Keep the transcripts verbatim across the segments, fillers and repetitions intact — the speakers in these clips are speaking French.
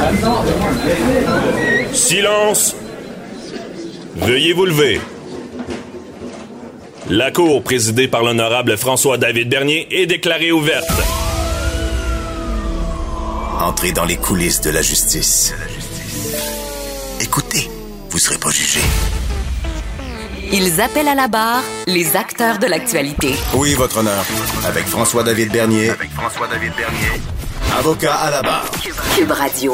Silence! Veuillez vous lever. La cour, présidée par l'honorable François-David Bernier, est déclarée ouverte. Entrez dans les coulisses de la justice. Écoutez, vous serez pas jugé. Ils appellent à la barre les acteurs de l'actualité. Oui, votre honneur. Avec François-David Bernier. Avec François-David Bernier. Avocat à la barre. Cube Radio.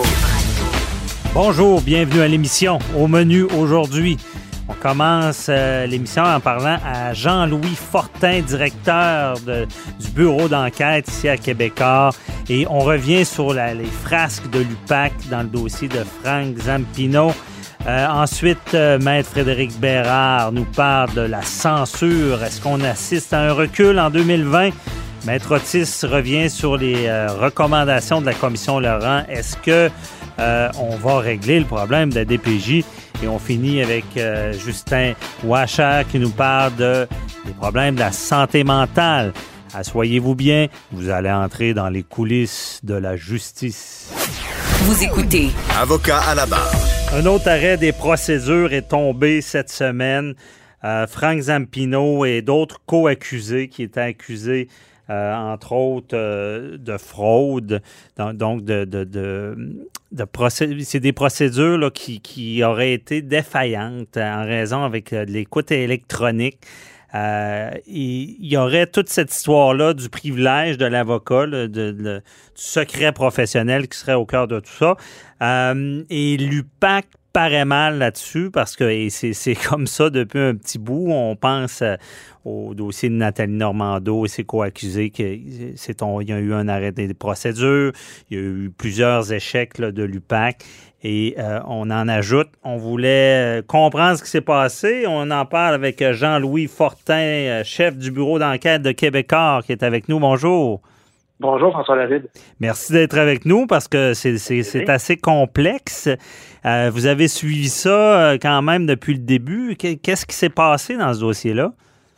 Bonjour, bienvenue à l'émission. Au menu aujourd'hui, on commence euh, l'émission en parlant à Jean-Louis Fortin, directeur de, du bureau d'enquête ici à Québécois. Et on revient sur la, les frasques de l'U P A C dans le dossier de Frank Zampino. Euh, ensuite, euh, Maître Frédéric Bérard nous parle de la censure. Est-ce qu'on assiste à un recul en deux mille vingt? Maître Otis revient sur les euh, recommandations de la Commission Laurent. Est-ce que euh, on va régler le problème de la D P J? Et on finit avec euh, Justin Washer qui nous parle de, des problèmes de la santé mentale. Assoyez-vous bien, vous allez entrer dans les coulisses de la justice. Vous écoutez Avocat à la barre. Un autre arrêt des procédures est tombé cette semaine. Euh, Frank Zampino et d'autres co-accusés qui étaient accusés, euh, entre autres, euh, de fraude. Donc, de, de, de, de procé- c'est des procédures là, qui, qui auraient été défaillantes en raison avec euh, de l'écoute électronique. Euh, il y aurait toute cette histoire-là du privilège de l'avocat, là, de, de, du secret professionnel qui serait au cœur de tout ça. Euh, et l'U P A C paraît mal là-dessus parce que et c'est, c'est comme ça depuis un petit bout. On pense euh, au dossier de Nathalie Normando et ses co-accusés qu'il y a eu un arrêt des procédures, il y a eu plusieurs échecs là, de l'U P A C. Et euh, on en ajoute, on voulait comprendre ce qui s'est passé. On en parle avec Jean-Louis Fortin, chef du bureau d'enquête de Québécois, qui est avec nous. Bonjour. Bonjour, François-David. Merci d'être avec nous parce que c'est, c'est, c'est assez complexe. Euh, vous avez suivi ça quand même depuis le début. Qu'est-ce qui s'est passé dans ce dossier-là?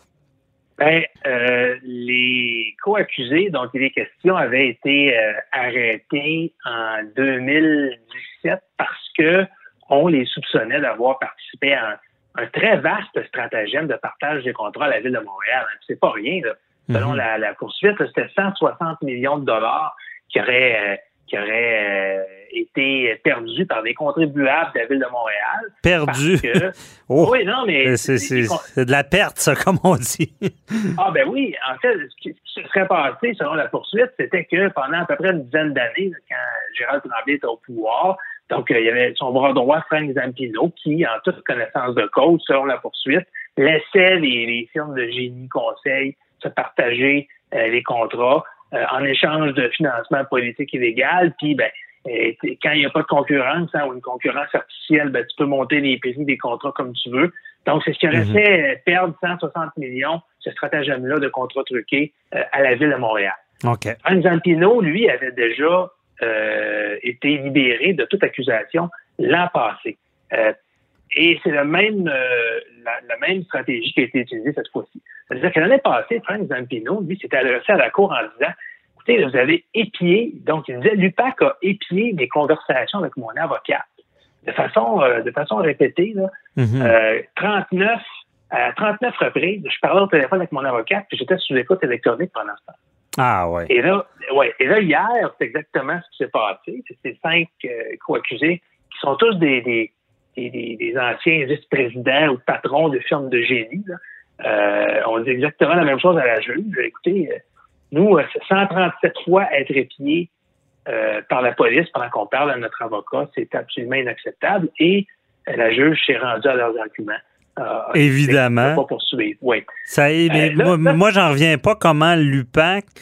Bien, euh, les co-accusés dont il est question avaient été euh, arrêtés en deux mille dix-sept parce que on les soupçonnait d'avoir participé à un, un très vaste stratagème de partage des contrats à la Ville de Montréal. C'est pas rien, là. Selon mm-hmm. la, la poursuite, là, c'était cent soixante millions de dollars qui auraient, euh, qui auraient euh, été perdus par des contribuables de la Ville de Montréal. Perdus? Que... oh, oui, non, mais... C'est, c'est, c'est de la perte, ça, comme on dit. ah, ben oui. En fait, ce qui se serait passé, selon la poursuite, c'était que pendant à peu près une dizaine d'années, quand Gérald Tremblay était au pouvoir, donc euh, il y avait son bras droit, Frank Zampino, qui, en toute connaissance de cause, selon la poursuite, laissait les, les firmes de génie conseil se partager euh, les contrats euh, en échange de financement politique illégal. Puis, ben, euh, quand il n'y a pas de concurrence hein, ou une concurrence artificielle, ben, tu peux monter les prix des contrats comme tu veux. Donc, c'est ce qui aurait mm-hmm. fait perdre cent soixante millions, ce stratagème-là de contrats truqués euh, à la Ville de Montréal. Okay. Frank Zampino, lui, avait déjà euh, été libéré de toute accusation l'an passé. Euh, Et c'est la même, euh, la, la même stratégie qui a été utilisée cette fois-ci. C'est-à-dire que l'année passée, Frank Zampino, lui, s'était adressé à la Cour en disant, écoutez, là, vous avez épié, donc il disait, l'U P A C a épié mes conversations avec mon avocate de façon, euh, de façon répétée, là, mm-hmm. euh, trente-neuf, à trente-neuf reprises, je parlais au téléphone avec mon avocate, puis j'étais sous écoute électronique pendant ce temps. Ah, ouais. Et là, ouais. Et là, hier, c'est exactement ce qui s'est passé. C'est ces cinq euh, co-accusés qui sont tous des, des Des, des, des anciens vice-présidents ou patrons de firmes de génie. Là. Euh, on dit exactement la même chose à la juge. Écoutez, euh, nous, cent trente-sept fois être épiés euh, par la police pendant qu'on parle à notre avocat, c'est absolument inacceptable. Et euh, la juge s'est rendue à leurs arguments. Euh, Évidemment. Pas poursuivre. Oui. Ça y est, mais euh, là, moi, là, moi, j'en reviens pas comment l'U P A C...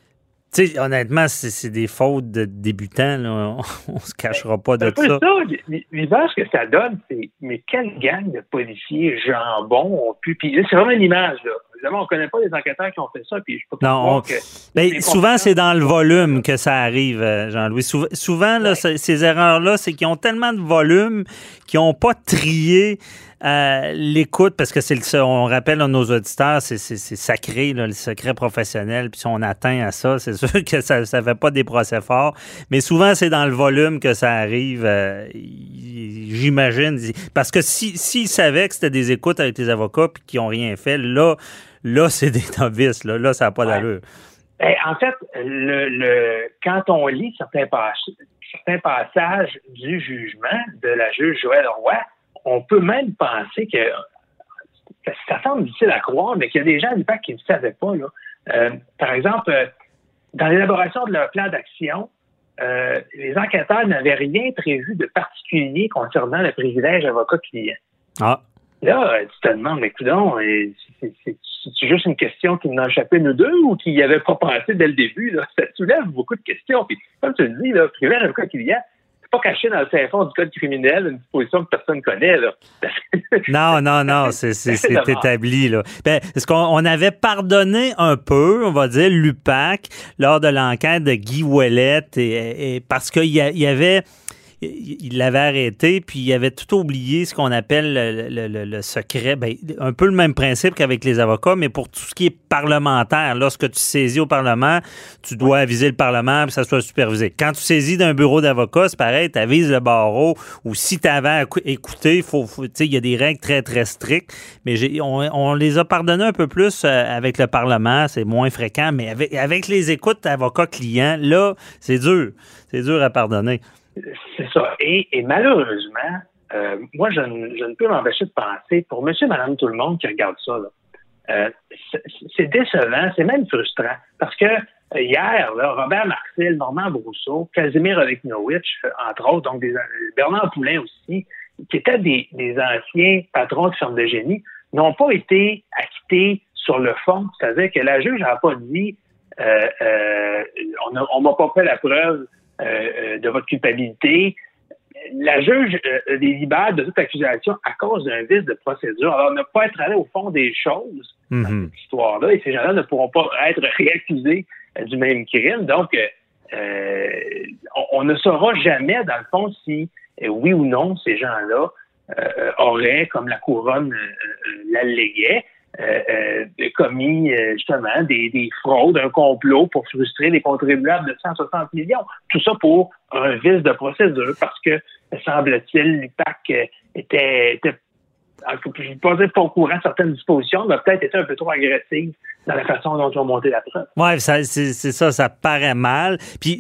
Tu sais, honnêtement, c'est, c'est des fautes de débutants, là. On, on se cachera pas de ça. ça. ça. L'image que ça donne, c'est mais quelle gang de policiers jambons ont pu... Puis là, c'est vraiment une image, là. Évidemment, on connaît pas les enquêteurs qui ont fait ça, puis je peux pas non, croire on... que... Mais souvent, c'est dans le volume que ça arrive, Jean-Louis. Sou- souvent, là, ouais. ces erreurs-là, c'est qu'ils ont tellement de volume qu'ils n'ont pas trié euh, l'écoute, parce que c'est le, on rappelle à nos auditeurs, c'est, c'est, c'est sacré, là, le secret professionnel, puis si on atteint à ça, c'est sûr que ça ne fait pas des procès forts, mais souvent, c'est dans le volume que ça arrive, euh, j'imagine, parce que si, s'ils savaient que c'était des écoutes avec tes avocats puis qu'ils n'ont rien fait, là, là, c'est des novices, là, là ça n'a pas ouais. d'allure. Ben, en fait, le, le, quand on lit certains, pas, certains passages du jugement de la juge Joëlle Roy, on peut même penser que ça, ça semble difficile à croire, mais qu'il y a des gens du P A C qui ne savaient pas. Là. Euh, par exemple, dans l'élaboration de leur plan d'action, euh, les enquêteurs n'avaient rien prévu de particulier concernant le privilège avocat-client. Ah. Là, tu te demandes, mais coudonc, c'est, c'est, c'est juste une question qui n'en échappait nous deux ou qui n'y avait pas pensé dès le début? Là? Ça soulève beaucoup de questions. Puis, comme tu le dis, là, privilège avocat-client, c'est pas caché dans le fin-fond du code criminel, une disposition que personne ne connaît. Là. non, non, non, c'est, c'est, c'est établi. Là. Ben, est-ce qu'on on avait pardonné un peu, on va dire, l'U P A C lors de l'enquête de Guy Ouellette et, et parce qu'il y, y avait... Il l'avait arrêté, puis il avait tout oublié ce qu'on appelle le, le, le, le secret. Ben, un peu le même principe qu'avec les avocats, mais pour tout ce qui est parlementaire. Lorsque tu saisis au Parlement, tu dois aviser le Parlement, puis ça soit supervisé. Quand tu saisis d'un bureau d'avocat, c'est pareil, tu avises le barreau, ou si tu avais écouté, faut, faut, il y a des règles très, très strictes, mais j'ai, on, on les a pardonnés un peu plus avec le Parlement, c'est moins fréquent, mais avec, avec les écoutes avocat-client, là, c'est dur. C'est dur à pardonner. C'est ça. Et, et malheureusement, euh, moi, je ne, je ne peux m'empêcher de penser, pour monsieur, madame, tout le monde qui regarde ça, là, euh, c'est, c'est décevant, c'est même frustrant. Parce que euh, hier, là, Robert Marcel, Normand Brousseau, Casimir Oleknowicz, entre autres, donc des, Bernard Poulain aussi, qui étaient des, des anciens patrons de ferme de génie, n'ont pas été acquittés sur le fond. C'est-à-dire que la juge n'a pas dit euh, euh, on a, on m'a pas fait la preuve Euh, de votre culpabilité. La juge euh, les libère de toute accusation à cause d'un vice de procédure. Alors, ne pas être allé au fond des choses mm-hmm. dans cette histoire-là, et ces gens-là ne pourront pas être réaccusés euh, du même crime. Donc, euh, on, on ne saura jamais, dans le fond, si, euh, oui ou non, ces gens-là euh, auraient, comme la couronne euh, l'alléguait, Euh, euh, commis euh, justement des, des fraudes, un complot pour frustrer les contribuables de cent soixante millions. Tout ça pour un vice de procédure parce que, semble-t-il, l'U P A C était, était je ne vais pas dire pas au courant de certaines dispositions, mais peut-être été un peu trop agressive dans la façon dont ils ont monté la preuve. Oui, c'est, c'est ça, ça paraît mal. Puis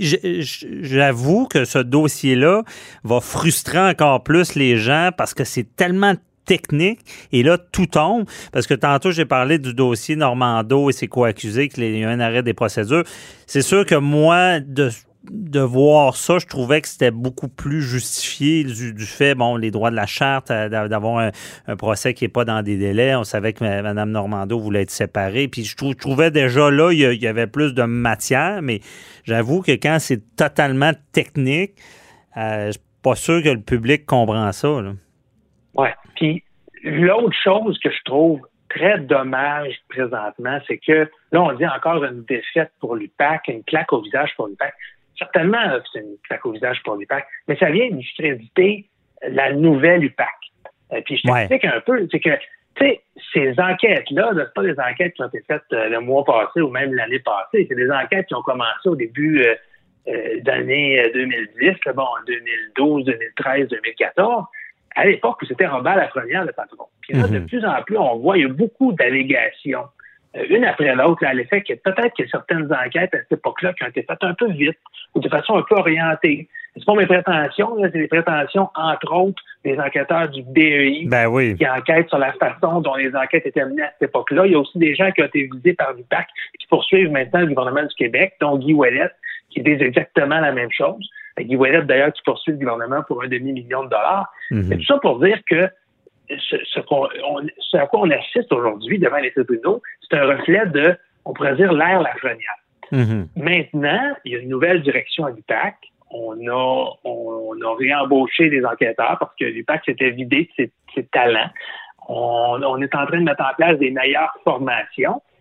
j'avoue que ce dossier-là va frustrer encore plus les gens parce que c'est tellement technique, et là, tout tombe, parce que tantôt, j'ai parlé du dossier Normando et ses co-accusés, qu'il y a un arrêt des procédures. C'est sûr que moi, de, de voir ça, je trouvais que c'était beaucoup plus justifié du, du fait, bon, les droits de la charte, d'avoir un, un procès qui n'est pas dans des délais. On savait que Mme Normando voulait être séparée, puis je, trou, je trouvais déjà là, il y, a, il y avait plus de matière, mais j'avoue que quand c'est totalement technique, euh, je suis pas sûr que le public comprend ça, là. Ouais. Puis l'autre chose que je trouve très dommage présentement, c'est que là, on dit encore une défaite pour l'U P A C, une claque au visage pour l'U P A C. Certainement, c'est une claque au visage pour l'U P A C, mais ça vient discréditer la nouvelle U P A C. Et puis je t'explique ouais. un peu, c'est que, tu sais, ces enquêtes-là, là, c'est pas des enquêtes qui ont été faites euh, le mois passé ou même l'année passée, c'est des enquêtes qui ont commencé au début euh, euh, d'année deux mille dix, là, bon, en deux mille douze, deux mille treize, deux mille quatorze. À l'époque où c'était Robert Lafrenière, le patron. Puis là, mm-hmm. de plus en plus, on voit, il y a beaucoup d'allégations, euh, une après l'autre, là, à l'effet que peut-être qu'il y a certaines enquêtes à cette époque-là qui ont été faites un peu vite ou de façon un peu orientée. C'est pas mes prétentions, là, c'est les prétentions, entre autres, des enquêteurs du B E I ben oui. qui enquêtent sur la façon dont les enquêtes étaient menées à cette époque-là. Il y a aussi des gens qui ont été visés par l'U P A C qui poursuivent maintenant le gouvernement du Québec, dont Guy Ouellette, qui dit exactement la même chose. Guy Ouellette, d'ailleurs, qui poursuit le gouvernement pour un demi-million de dollars. Mm-hmm. Mais tout ça pour dire que ce, ce, qu'on, on, ce à quoi on assiste aujourd'hui devant les tribunaux, c'est un reflet de, on pourrait dire, l'ère Lafrenière. Mm-hmm. Maintenant, il y a une nouvelle direction à l'U P A C. On a, on, on a réembauché des enquêteurs parce que l'U P A C s'était vidé de ses, ses talents. On, on est en train de mettre en place des meilleures formations.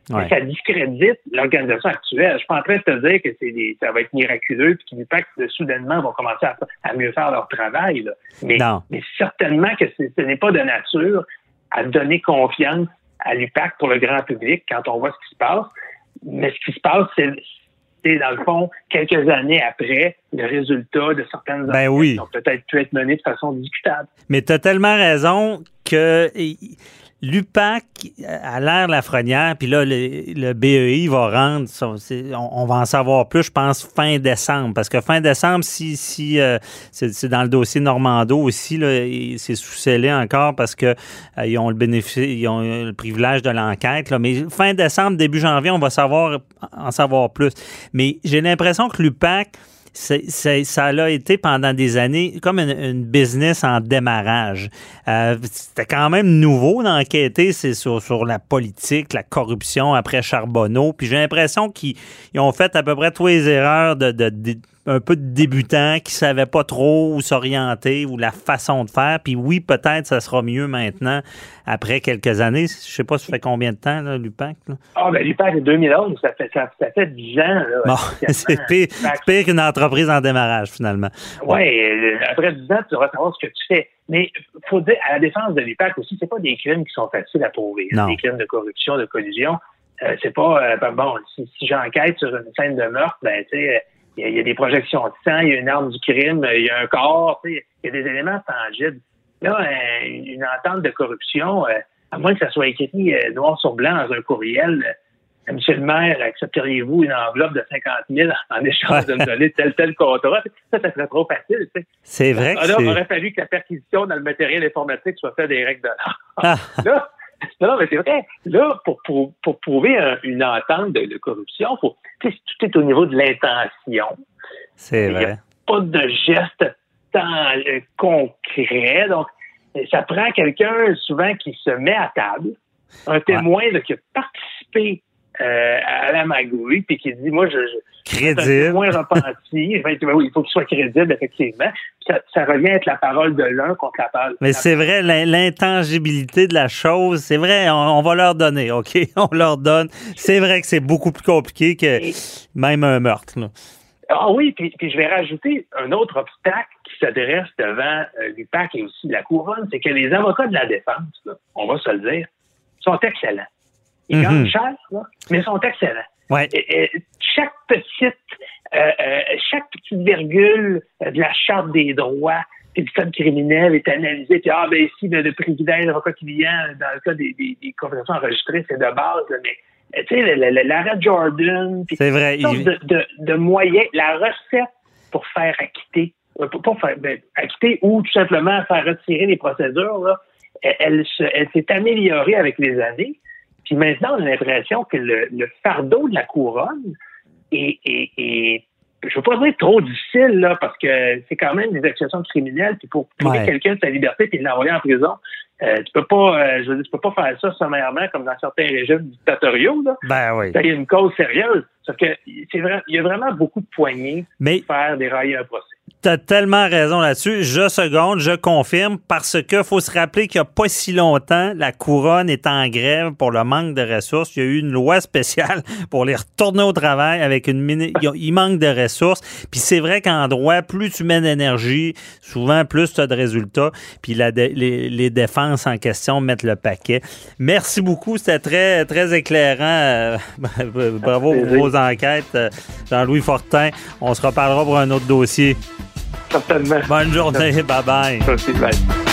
Ouais. Ça discrédite l'organisation actuelle. Je suis pas en train de te dire que c'est des, ça va être miraculeux puis que l'U P A C, soudainement, vont commencer à, à mieux faire leur travail. Là. Mais, mais certainement que c'est, ce n'est pas de nature à donner confiance à l'U P A C pour le grand public quand on voit ce qui se passe. Mais ce qui se passe, c'est, c'est dans le fond, quelques années après, le résultat de certaines ben enquêtes oui. qui ont peut-être pu être menées de façon discutable. Mais tu as tellement raison que l'U P A C, à l'ère Lafrenière, puis là, le, le B E I va rendre, ça, c'est, on, on va en savoir plus, je pense, fin décembre. Parce que fin décembre, si, si euh, c'est, c'est dans le dossier Normando aussi, là, c'est sous-scellé encore parce que euh, ils ont le bénéfice, ils ont le privilège de l'enquête. Là. Mais fin décembre, début janvier, on va savoir en savoir plus. Mais j'ai l'impression que l'U P A C, C'est, c'est, ça a été pendant des années comme une, une business en démarrage. Euh, c'était quand même nouveau d'enquêter c'est sur, sur la politique, la corruption après Charbonneau. Puis j'ai l'impression qu'ils ils ont fait à peu près toutes les erreurs de, de, de un peu de débutants qui ne savaient pas trop où s'orienter ou la façon de faire. Puis oui, peut-être ça sera mieux maintenant après quelques années. Je ne sais pas, ça fait combien de temps, là, l'U P A C? Là? Ah, ben l'U P A C, deux mille onze, ça fait, ça, ça fait dix ans. Là, bon, c'est pire, c'est pire qu'une entreprise en démarrage, finalement. Oui, ouais, après dix ans, tu devras savoir ce que tu fais. Mais faut dire, à la défense de l'U P A C aussi, c'est pas des crimes qui sont faciles à prouver. Non. Des crimes de corruption, de collusion. Euh, c'est pas, euh, ben bon, si, si j'enquête sur une scène de meurtre, ben, tu sais, il y, y a des projections de sang, il y a une arme du crime, il y a un corps, tu sais, il y a des éléments tangibles. Là, euh, une entente de corruption, euh, à moins que ça soit écrit euh, noir sur blanc dans un courriel, euh, Monsieur le maire, accepteriez-vous une enveloppe de cinquante mille en échange de me donner tel tel contrat? Ça, ça serait trop facile. Tu sais. C'est vrai que Alors, c'est... il aurait fallu que la perquisition dans le matériel informatique soit faite des règles de l'art. Ah. Là, non, mais c'est vrai. Là, pour, pour, pour prouver un, une entente de, de corruption, faut, tout est au niveau de l'intention. C'est vrai. Il n'y a pas de geste tant euh, concret. Donc, ça prend quelqu'un, souvent, qui se met à table, un témoin ouais. là, qui a participé euh, à la magouille, puis qui dit, moi, je... je crédible. Moins repenti. Enfin, oui, il faut qu'il soit crédible, effectivement. Ça, ça revient à être la parole de l'un contre la parole. Mais c'est vrai, l'intangibilité de la chose, c'est vrai, on, on va leur donner, OK? On leur donne. C'est vrai que c'est beaucoup plus compliqué que et, même un meurtre. Là. Ah oui, puis, puis je vais rajouter un autre obstacle qui s'adresse devant euh, l'U P A C et aussi la Couronne, c'est que les avocats de la défense, là, on va se le dire, sont excellents. Ils mm-hmm. gagnent cher, là, mais ils sont excellents. Ouais. Et, et, chaque petite euh, euh, chaque petite virgule euh, de la charte des droits et du code criminel est analysée. Puis, ah, ben ici, le, le privilège d'avocat client, dans le cas des, des, des conversations enregistrées, c'est de base, là, mais tu sais, l'arrêt Jordan, puis c'est vrai. Il... de, de, de moyens, la recette pour faire acquitter, pour, pour faire ben, acquitter ou tout simplement faire retirer les procédures, là, elle, elle, se, elle s'est améliorée avec les années. Puis maintenant, on a l'impression que le, le fardeau de la couronne est, est, est je veux pas dire trop difficile, là, parce que c'est quand même des accusations criminelles, puis pour priver ouais. quelqu'un de sa liberté puis l'envoyer en prison, euh, tu peux pas, euh, je veux dire, tu peux pas faire ça sommairement comme dans certains régimes dictatoriaux, là. Ben oui. Il y a une cause sérieuse. Sauf que c'est vrai, il y a vraiment beaucoup de poignées Mais... pour faire dérailler un procès. Tu as tellement raison là-dessus. Je seconde, je confirme, parce que faut se rappeler qu'il n'y a pas si longtemps, la couronne est en grève pour le manque de ressources. Il y a eu une loi spéciale pour les retourner au travail avec une mini... Il manque de ressources. Puis c'est vrai qu'en droit, plus tu mets d'énergie, souvent plus tu as de résultats. Puis la dé... les, les défenses en question mettent le paquet. Merci beaucoup. C'était très, très éclairant. Bravo pour vos enquêtes. Jean-Louis Fortin, on se reparlera pour un autre dossier. Certainement. Bonne journée. Bye-bye. Merci, bye.